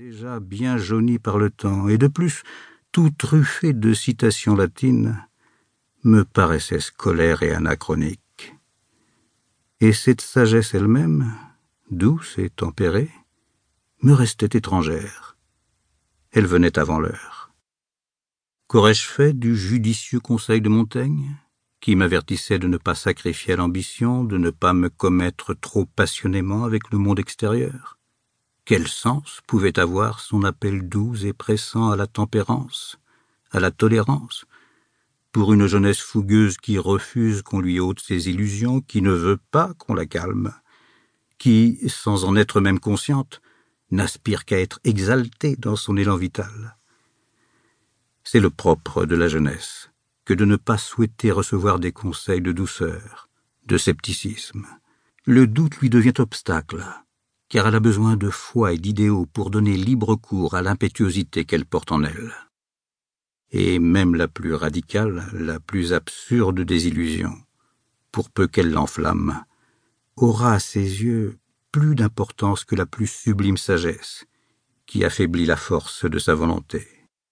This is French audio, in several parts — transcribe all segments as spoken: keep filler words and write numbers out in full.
déjà bien jauni par le temps, et de plus, tout truffé de citations latines, me paraissait scolaire et anachronique. Et cette sagesse elle-même, douce et tempérée, me restait étrangère. Elle venait avant l'heure. Qu'aurais-je fait du judicieux conseil de Montaigne, qui m'avertissait de ne pas sacrifier à l'ambition, de ne pas me commettre trop passionnément avec le monde extérieur? Quel sens pouvait avoir son appel doux et pressant à la tempérance, à la tolérance, pour une jeunesse fougueuse qui refuse qu'on lui ôte ses illusions, qui ne veut pas qu'on la calme, qui, sans en être même consciente, n'aspire qu'à être exaltée dans son élan vital? C'est le propre de la jeunesse que de ne pas souhaiter recevoir des conseils de douceur, de scepticisme. Le doute lui devient obstacle, car elle a besoin de foi et d'idéaux pour donner libre cours à l'impétuosité qu'elle porte en elle. Et même la plus radicale, la plus absurde des illusions, pour peu qu'elle l'enflamme, aura à ses yeux plus d'importance que la plus sublime sagesse, qui affaiblit la force de sa volonté.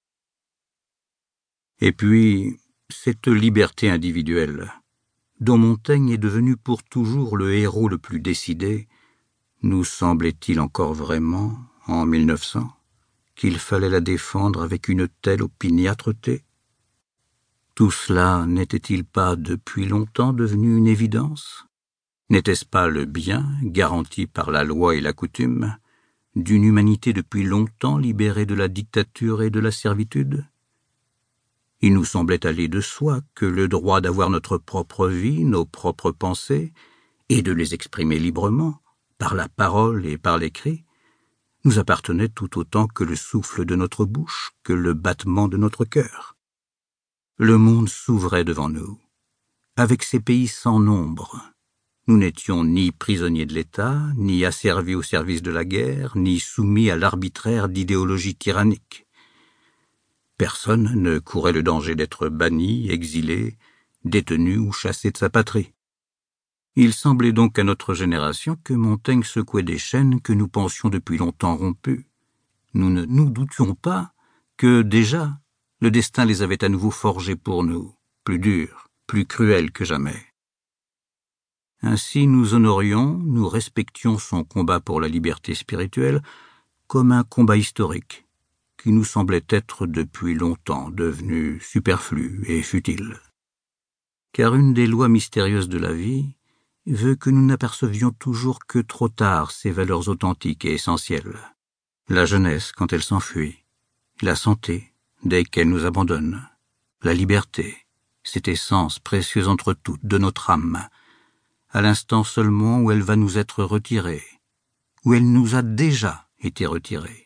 Et puis, cette liberté individuelle, dont Montaigne est devenu pour toujours le héros le plus décidé, nous semblait-il encore vraiment, en mille neuf cents, qu'il fallait la défendre avec une telle opiniâtreté? Tout cela n'était-il pas depuis longtemps devenu une évidence? N'était-ce pas le bien, garanti par la loi et la coutume, d'une humanité depuis longtemps libérée de la dictature et de la servitude? Il nous semblait aller de soi que le droit d'avoir notre propre vie, nos propres pensées, et de les exprimer librement, par la parole et par l'écrit, nous appartenait tout autant que le souffle de notre bouche, que le battement de notre cœur. Le monde s'ouvrait devant nous. Avec ses pays sans nombre, nous n'étions ni prisonniers de l'État, ni asservis au service de la guerre, ni soumis à l'arbitraire d'idéologies tyranniques. Personne ne courait le danger d'être banni, exilé, détenu ou chassé de sa patrie. Il semblait donc à notre génération que Montaigne secouait des chaînes que nous pensions depuis longtemps rompues. Nous ne nous doutions pas que, déjà, le destin les avait à nouveau forgées pour nous, plus dures, plus cruelles que jamais. Ainsi nous honorions, nous respections son combat pour la liberté spirituelle comme un combat historique, qui nous semblait être depuis longtemps devenu superflu et futile. Car une des lois mystérieuses de la vie veut que nous n'apercevions toujours que trop tard ces valeurs authentiques et essentielles. La jeunesse quand elle s'enfuit, la santé dès qu'elle nous abandonne, la liberté, cette essence précieuse entre toutes de notre âme, à l'instant seulement où elle va nous être retirée, où elle nous a déjà été retirée.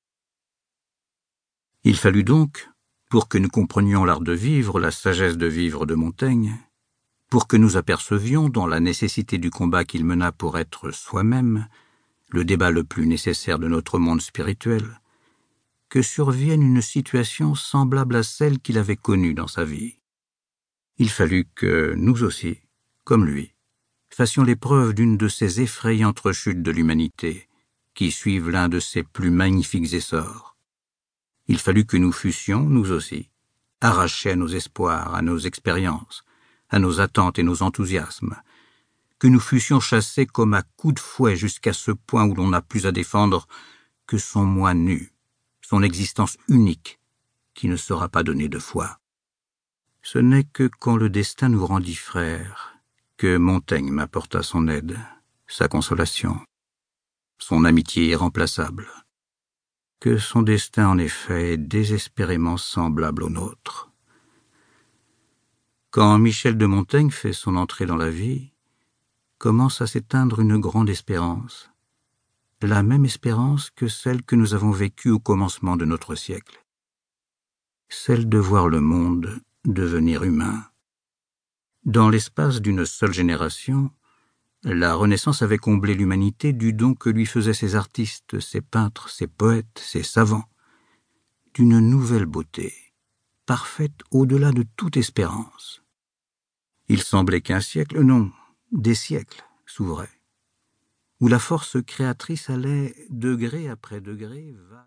Il fallut donc, pour que nous comprenions l'art de vivre, la sagesse de vivre de Montaigne, pour que nous apercevions dans la nécessité du combat qu'il mena pour être soi-même, le débat le plus nécessaire de notre monde spirituel, que survienne une situation semblable à celle qu'il avait connue dans sa vie. Il fallut que nous aussi, comme lui, fassions l'épreuve d'une de ces effrayantes rechutes de l'humanité qui suivent l'un de ses plus magnifiques essors. Il fallut que nous fussions, nous aussi, arrachés à nos espoirs, à nos expériences, à nos attentes et nos enthousiasmes, que nous fussions chassés comme à coups de fouet jusqu'à ce point où l'on n'a plus à défendre que son moi nu, son existence unique, qui ne sera pas donnée de foi. Ce n'est que quand le destin nous rendit frères que Montaigne m'apporta son aide, sa consolation, son amitié irremplaçable, que son destin en effet est désespérément semblable au nôtre. Quand Michel de Montaigne fait son entrée dans la vie, commence à s'éteindre une grande espérance, la même espérance que celle que nous avons vécue au commencement de notre siècle, celle de voir le monde devenir humain. Dans l'espace d'une seule génération, la Renaissance avait comblé l'humanité du don que lui faisaient ses artistes, ses peintres, ses poètes, ses savants, d'une nouvelle beauté, parfaite au-delà de toute espérance. Il semblait qu'un siècle, non, des siècles, s'ouvraient, où la force créatrice allait, degré après degré, va...